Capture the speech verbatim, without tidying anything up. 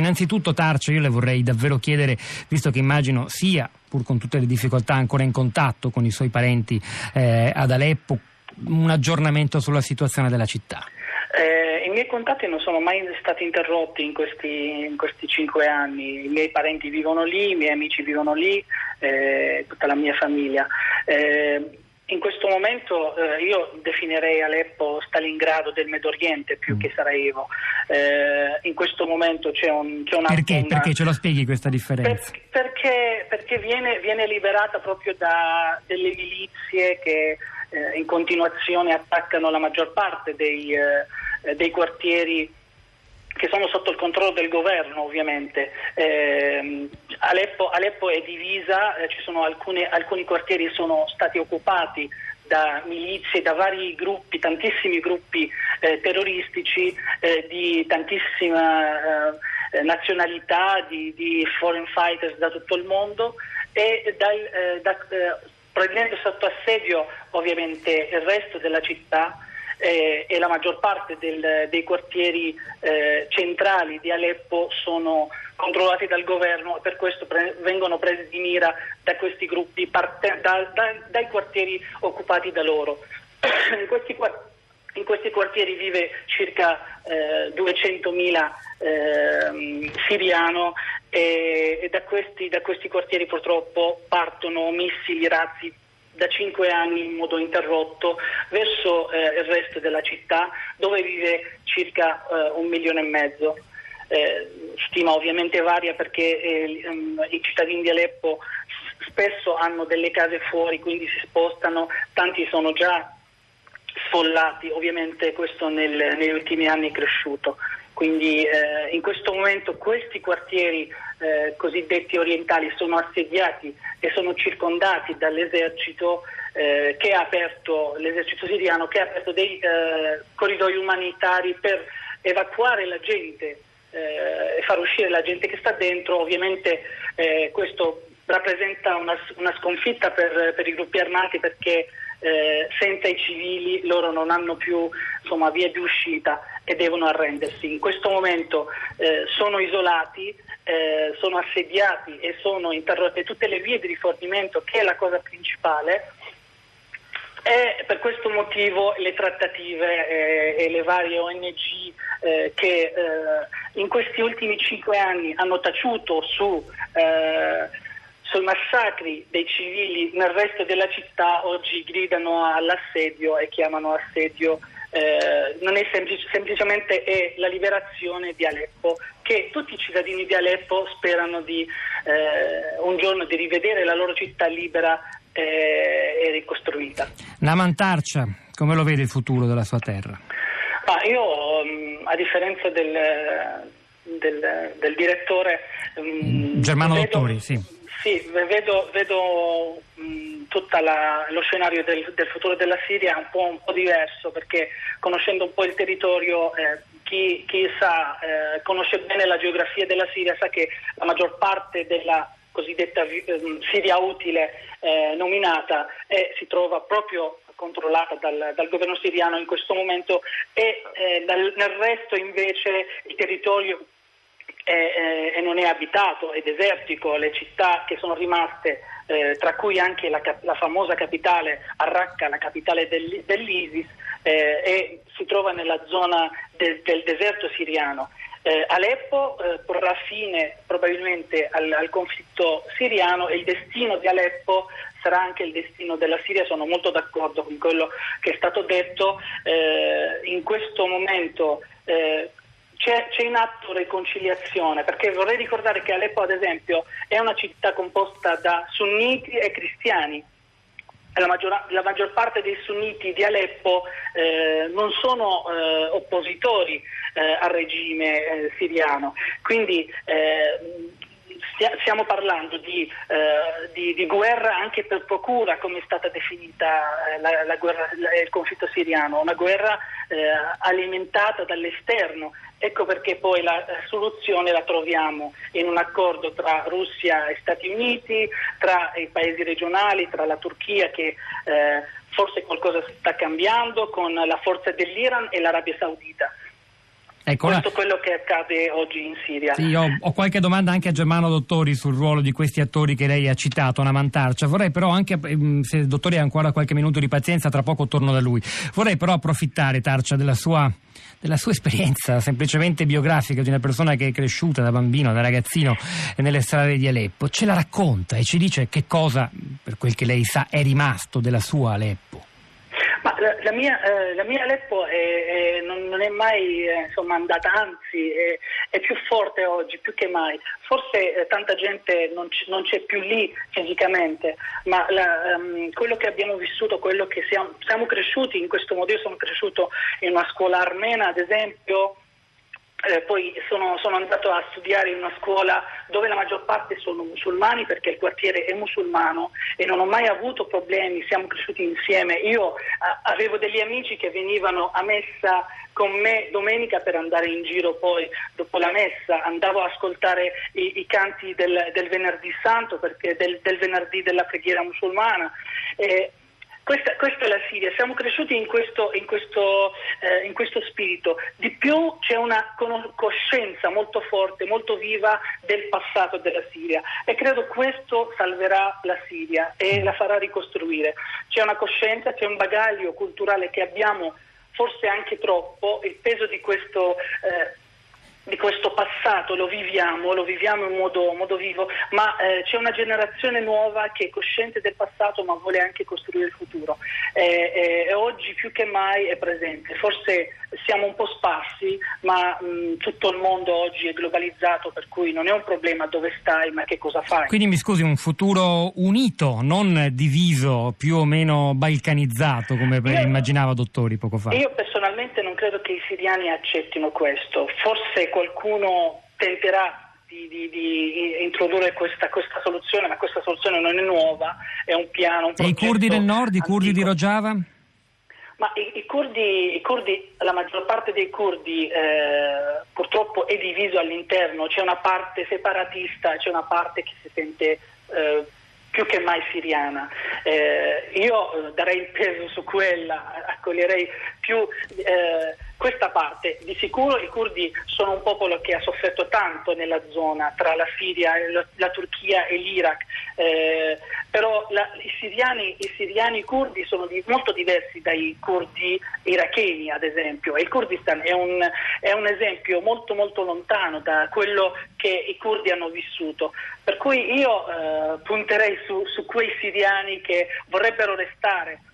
innanzitutto Tarcia, io le vorrei davvero chiedere, visto che immagino sia, pur con tutte le difficoltà, ancora in contatto con i suoi parenti eh, ad Aleppo, un aggiornamento sulla situazione della città. Eh, I miei contatti non sono mai stati interrotti in questi, in questi cinque anni. I miei parenti vivono lì, i miei amici vivono lì, eh, tutta la mia famiglia. Eh, in questo momento eh, io definirei Aleppo Stalingrado del Medio Oriente più mm. che Sarajevo. Eh, in questo momento c'è un c'è una perché? Una... Perché ce lo spieghi questa differenza? Per, perché perché viene, viene liberata proprio da delle milizie che eh, in continuazione attaccano la maggior parte dei, eh, dei quartieri che sono sotto il controllo del governo, ovviamente. Eh, Aleppo, Aleppo è divisa, eh, ci sono alcune, alcuni quartieri sono stati occupati da milizie, da vari gruppi, tantissimi gruppi eh, terroristici eh, di tantissima eh, nazionalità, di, di foreign fighters da tutto il mondo e dal, eh, da, eh, prendendo sotto assedio ovviamente il resto della città. Eh, e la maggior parte del, dei quartieri eh, centrali di Aleppo sono controllati dal governo e per questo pre- vengono presi di mira da questi gruppi, parte- da, da, dai quartieri occupati da loro. In questi, in questi quartieri vive circa eh, duecentomila eh, siriano e, e da, questi, da questi quartieri purtroppo partono missili, razzi da cinque anni in modo interrotto verso eh, il resto della città, dove vive circa eh, un milione e mezzo. Eh, stima ovviamente varia perché eh, um, i cittadini di Aleppo spesso hanno delle case fuori, quindi si spostano, tanti sono già sfollati, ovviamente questo nel, negli ultimi anni è cresciuto. Quindi eh, in questo momento questi quartieri eh, cosiddetti orientali sono assediati e sono circondati dall'esercito eh, che ha aperto, l'esercito siriano che ha aperto dei eh, corridoi umanitari per evacuare la gente eh, e far uscire la gente che sta dentro. Ovviamente eh, questo rappresenta una, una sconfitta per, per i gruppi armati perché eh, senza i civili loro non hanno più insomma vie di uscita e devono arrendersi. In questo momento eh, sono isolati, eh, sono assediati e sono interrotte tutte le vie di rifornimento, che è la cosa principale, e per questo motivo le trattative eh, e le varie O N G eh, che eh, in questi ultimi cinque anni hanno taciuto su eh, sui massacri dei civili nel resto della città oggi gridano all'assedio e chiamano assedio. Eh, non è semplice, semplicemente è la liberazione di Aleppo, che tutti i cittadini di Aleppo sperano di eh, un giorno di rivedere la loro città libera eh, e ricostruita. Naman Tarcia, come lo vede il futuro della sua terra? Ma io, a differenza del, del, del direttore Germano vedo, Dottori, sì. Sì, vedo, vedo mh, tutto lo scenario del, del futuro della Siria un po', un po' diverso, perché conoscendo un po' il territorio, eh, chi, chi sa, eh, conosce bene la geografia della Siria, sa che la maggior parte della cosiddetta eh, Siria utile eh, nominata eh, si trova proprio controllata dal, dal governo siriano in questo momento e eh, dal, nel resto invece il territorio E, e non è abitato, è desertico. Le città che sono rimaste, eh, tra cui anche la, la famosa capitale Al-Raqqa, la capitale del, dell'ISIS, eh, e si trova nella zona del, del deserto siriano. Eh, Aleppo eh, porrà fine probabilmente al, al conflitto siriano e il destino di Aleppo sarà anche il destino della Siria. Sono molto d'accordo con quello che è stato detto. Eh, in questo momento eh, C'è, c'è in atto riconciliazione, perché vorrei ricordare che Aleppo, ad esempio, è una città composta da sunniti e cristiani. La maggior, la maggior parte dei sunniti di Aleppo eh, non sono eh, oppositori eh, al regime eh, siriano, quindi eh, stiamo parlando di, eh, di, di guerra anche per procura, come è stata definita eh, la, la guerra, la, il conflitto siriano, una guerra eh, alimentata dall'esterno. Ecco perché poi la soluzione la troviamo in un accordo tra Russia e Stati Uniti, tra i paesi regionali, tra la Turchia, che eh, forse qualcosa sta cambiando, con la forza dell'Iran e l'Arabia Saudita. Ecco, questo è quello che accade oggi in Siria. Sì, ho, ho qualche domanda anche a Germano Dottori sul ruolo di questi attori che lei ha citato, Naman Tarcia. Vorrei però anche, se il Dottore ha ancora qualche minuto di pazienza, tra poco torno da lui. Vorrei però approfittare, Tarcia, della sua, della sua esperienza semplicemente biografica di una persona che è cresciuta da bambino, da ragazzino nelle strade di Aleppo. Ce la racconta e ci dice che cosa, per quel che lei sa, è rimasto della sua Aleppo. Ma la, la, mia, eh, la mia Aleppo è, è, non, non è mai eh, insomma, andata, anzi è, è più forte oggi, più che mai. Forse eh, tanta gente non, c- non c'è più lì fisicamente, ma la, um, quello che abbiamo vissuto, quello che siamo, siamo cresciuti in questo modo. Io sono cresciuto in una scuola armena, ad esempio. Eh, poi sono, sono andato a studiare in una scuola dove la maggior parte sono musulmani, perché il quartiere è musulmano, e non ho mai avuto problemi, siamo cresciuti insieme. Io a, avevo degli amici che venivano a messa con me domenica per andare in giro, poi dopo la messa andavo a ascoltare i, i canti del, del venerdì santo, perché del, del venerdì della preghiera musulmana. Eh, Questa, questa è la Siria, siamo cresciuti in questo, in, questo, eh, in questo spirito. Di più c'è una coscienza molto forte, molto viva del passato della Siria, e credo questo salverà la Siria e la farà ricostruire. C'è una coscienza, c'è un bagaglio culturale che abbiamo forse anche troppo, il peso di questo... Eh, di questo passato lo viviamo, lo viviamo in modo, modo vivo, ma eh, c'è una generazione nuova che è cosciente del passato ma vuole anche costruire il futuro, e eh, eh, oggi più che mai è presente. Forse siamo un po' sparsi, ma mh, tutto il mondo oggi è globalizzato, per cui non è un problema dove stai ma che cosa fai. Quindi mi scusi, un futuro unito, non diviso, più o meno balcanizzato come io, immaginava Dottori poco fa. Io personalmente non credo che i siriani accettino questo. Forse qualcuno tenterà di, di, di introdurre questa, questa soluzione, ma questa soluzione non è nuova, è un piano, un progetto. E i curdi del nord, i curdi antico. di Rojava? Ma i, i, curdi, i curdi, la maggior parte dei curdi eh, purtroppo è diviso all'interno, c'è una parte separatista, c'è una parte che si sente eh, più che mai siriana. Eh, io darei il peso su quella, accoglierei più eh, questa parte. Di sicuro i curdi sono un popolo che ha sofferto tanto nella zona tra la Siria, la, la Turchia e l'Iraq, eh, però la, i siriani i siriani curdi sono di, molto diversi dai curdi iracheni, ad esempio, e il Kurdistan è un, è un esempio molto molto lontano da quello che i curdi hanno vissuto, per cui io eh, punterei su, su quei siriani che vorrebbero restare